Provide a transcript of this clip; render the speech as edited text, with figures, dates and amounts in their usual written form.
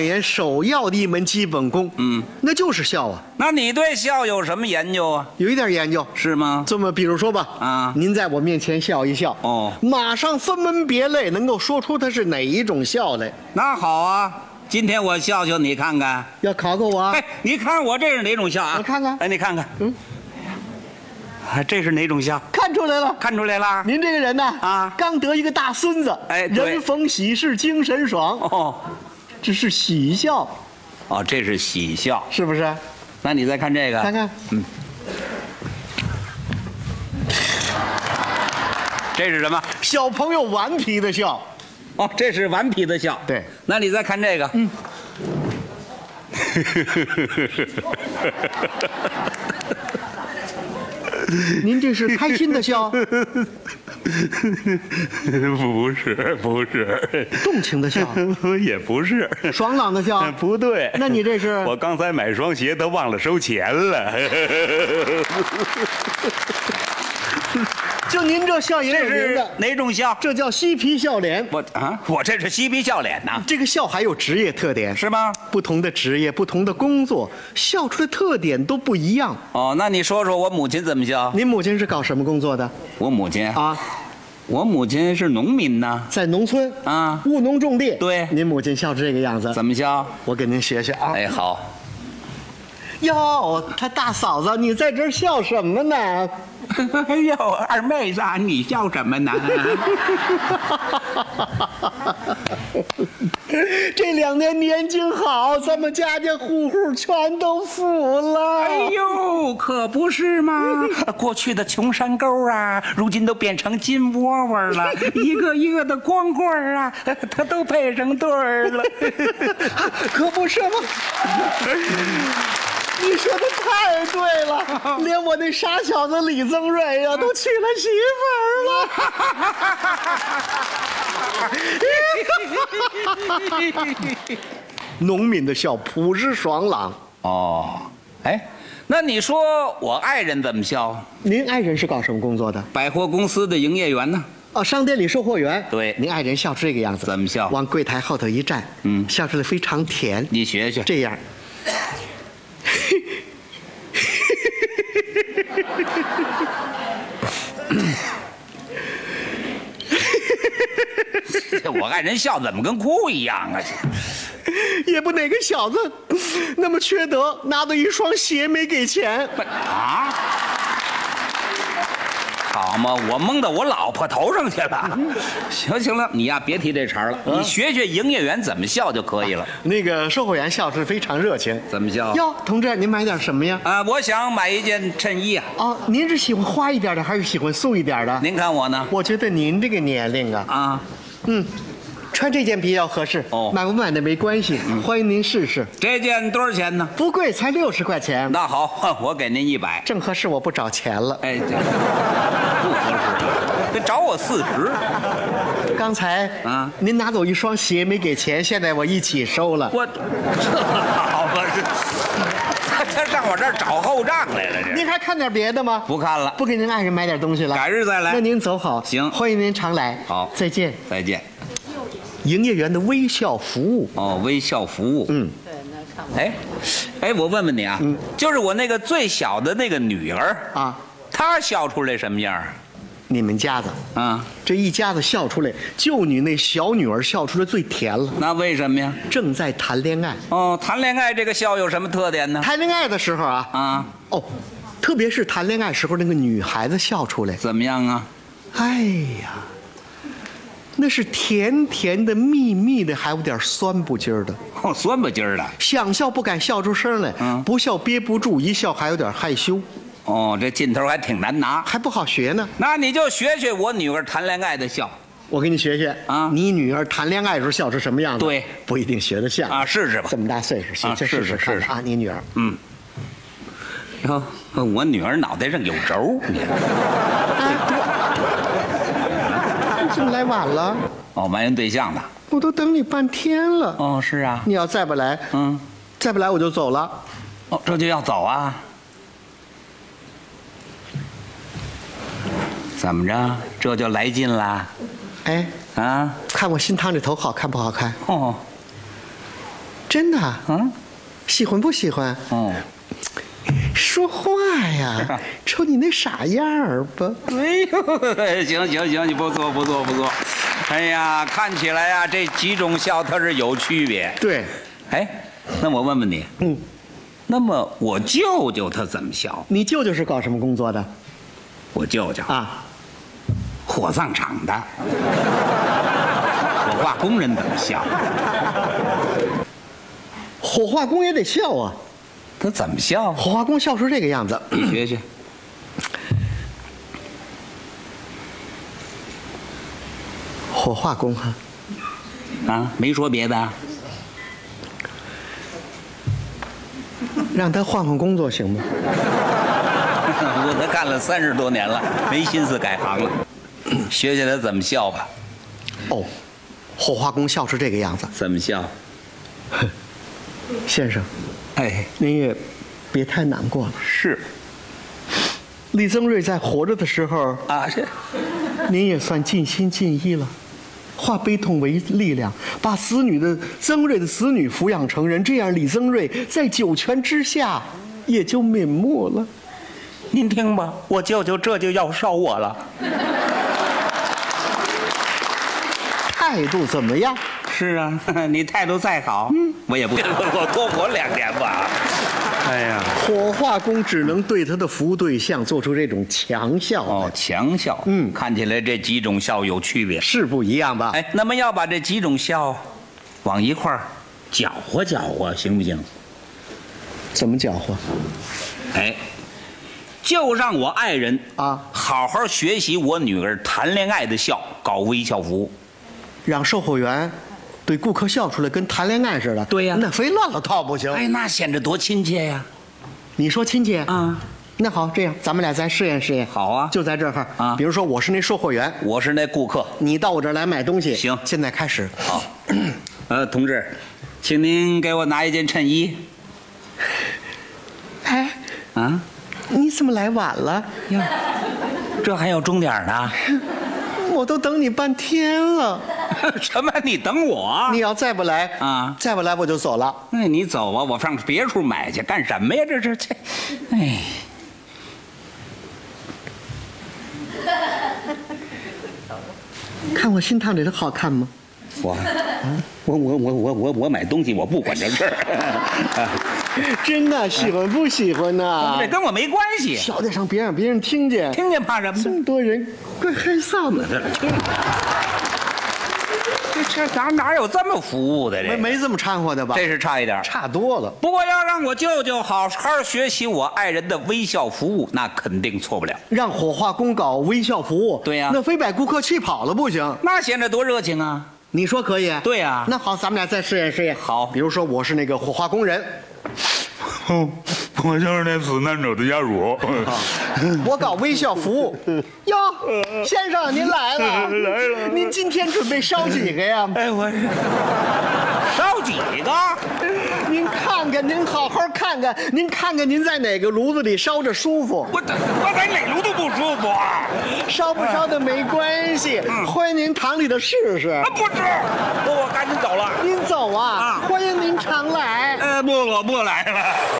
演首要的一门基本功，那就是笑啊。 那你对笑有什么研究啊？ 有一点研究， 是吗？ 这么比如说吧，您在我面前笑一笑，马上分门别类能够说出它是哪一种笑来。 那好啊，今天我笑笑你看看。 要考考我啊？ 哎，你看我这是哪种笑啊？ 我看看。 哎，你看看，这是哪种笑？ 看出来了， 看出来了。 您这个人呢，刚得一个大孙子， 哎， 人逢喜事精神爽。这是喜笑。 这是喜笑， 是不是？ 那你再看这个， 看看， 这是什么？ 小朋友顽皮的笑。 这是顽皮的笑。 对， 那你再看这个， 您这是开心的笑？ 不是， 动情的笑？ 也不是， 爽朗的笑？ 不对。 那你这是？ 我刚才买双鞋都忘了收钱了。 就您这笑也有名的， 哪种笑？ 这叫嬉皮笑脸。 我这是嬉皮笑脸呐。 这个笑还有职业特点， 是吗？ 不同的职业、不同的工作，笑出的特点都不一样。 那你说说我母亲怎么笑？ 您母亲是搞什么工作的？ 我母亲我母亲是农民呢， 在农村务农种地。 对， 您母亲笑这个样子， 怎么笑？ 我给您学学啊。 哎，好。 哟，他大嫂子，你在这儿笑什么呢？ 哎呦，二妹子，你笑什么呢？ 这2年年景好，咱们家户全都富了。 哎呦，可不是吗？过去的穷山沟啊，如今都变成金窝窝了，一个一个的光棍啊，它都配上对儿了。 可不是吗？你说的太对了，连我那傻小子李增瑞呀，都娶了媳妇儿了。农民的笑朴实爽朗。 哎，那你说我爱人怎么笑？ 您爱人是搞什么工作的？ 百货公司的营业员呢。 商店里售货员。 对， 您爱人笑出这个样子。 怎么笑？ 往柜台后头一站，笑出来非常甜。 你学学。 这样。 我爱人笑怎么跟哭一样啊？ 也不哪个小子那么缺德，拿到一双鞋没给钱。 好嘛，我蒙到我老婆头上去了。行了，你呀别提这茬了，你学学营业员怎么笑就可以了。 那个售货员笑是非常热情。 怎么笑？ 哟，同志，您买点什么呀？ 我想买一件衬衣啊。 您是喜欢花一点的，还是喜欢素一点的？ 您看我呢？ 我觉得您这个年龄穿这件比较合适。买不买的没关系，欢迎您试试。 这件多少钱呢？ 不贵，才60块钱。 那好，我给您100， 正合适，我不找钱了。 哎，不合适，得找我40。 刚才您拿走一双鞋没给钱，现在我一起收了。 我好吧，他上我这儿找后账来了。 您还看点别的吗？ 不看了， 不给您爱人买点东西了。 改日再来。 那您走好。 行， 欢迎您常来。 好， 再见。 再见。 营业员的微笑服务。 微笑服务。哎，我问问你啊，就是我那个最小的那个女儿她笑出来什么样？ 你们家子这一家子笑出来，就你那小女儿笑出来最甜了。 那为什么呀？ 正在谈恋爱。 谈恋爱这个笑有什么特点呢？ 谈恋爱的时候特别是谈恋爱时候那个女孩子笑出来怎么样啊？ 哎呀，那是甜甜的、蜜蜜的，还有点酸不筋儿的。 酸不筋儿的。 想笑不敢笑出声来，不笑憋不住，一笑还有点害羞。 这劲头还挺难拿， 还不好学呢。 那你就学学我女儿谈恋爱的笑。 我给你学学你女儿谈恋爱的时候笑出什么样子？ 对， 不一定学得像试试吧。 这么大岁数，行，试试看啊，你女儿。 我女儿脑袋上有轴。 你怎么来晚了？ 完人对象的。 我都等你半天了。 是啊。 你要再不来，再不来我就走了。 这就要走啊？怎么着？这就来劲了？ 看我新烫这头好看不好看？ 真的？ 嗯， 喜欢不喜欢？ 哦， 说话呀，瞅你那傻样儿吧。 哎呦，行，你不错。哎呀，看起来呀，这几种笑它是有区别。 对， 哎，那我问问你，那么我舅舅他怎么笑？ 你舅舅是搞什么工作的？ 我舅舅啊， 火葬场的，火化工人怎么笑？ 火化工也得笑啊。 他怎么笑？ 火化工笑出这个样子。 你学学。 火化工哈， 啊，没说别的。 让他换工作行吗？ 我都干了30多年了，没心思改行了。学学他怎么笑吧。 哦，火化工笑是这个样子。 怎么笑？ 先生， 哎， 您也别太难过了。 是李增瑞在活着的时候， 啊，是您也算尽心尽意了，化悲痛为力量，把曾瑞的子女抚养成人，这样李增瑞在九泉之下也就瞑目了。 您听吧，我舅舅这就要烧我了。 态度怎么样？ 是啊，你态度再好，我也不，我多活2年吧。哎呀， 火化工只能对他的服务对象做出这种强笑。 哦，强笑，看起来这几种笑有区别， 是不一样吧？ 哎，那么要把这几种笑往一块儿搅和搅和，行不行？ 怎么搅和？ 哎，就让我爱人啊好好学习我女儿谈恋爱的笑，搞微笑服务。 让售货员对顾客笑出来，跟谈恋爱似的。 对呀那非乱了套不行。 哎，那显着多亲切呀！ 你说亲切啊？ 那好，这样咱们俩再试验试验。 好啊就在这儿啊比如说我是那售货员， 我是那顾客。 你到我这儿来买东西。 行现在开始。 好，同志，请您给我拿一件衬衣。 哎， 啊？ 你怎么来晚了？ 呀，这还有钟点呢？ 我都等你半天了。 什么？你等我？ 你要再不来啊再不来我就走了。 那你走啊，我上别处买去，干什么呀？这，哎， 看我新烫这个好看吗？ 我买东西我不管这事儿， 真的喜欢不喜欢呢？ 这跟我没关系。 小点声，别让别人听见。 听见怕什么这呢？ 么多人，怪害臊的。 这哪有这么服务的？ 没这么掺和的吧？ 这是差一点。 差多了。 不过要让我舅舅好好学习我爱人的微笑服务，那肯定错不了。 让火化工搞微笑服务， 对呀那非把顾客气跑了不行。 那显得多热情啊！ 你说可以？ 对呀那好，咱们俩再试验试验。 好比如说我是那个火化工人， 我就是那死难者的家属。 我搞微笑服务。哟，先生您来了， 来了您今天准备烧几个呀？ 哎，我烧几个？ 您看看，您好好看看，您看看您在哪个炉子里烧着舒服。 我在哪炉都不舒服啊！ 烧不烧的没关系，欢迎您堂里的试试。 不是，我赶紧走了。 您走啊，欢迎您常来。 不，我不来了。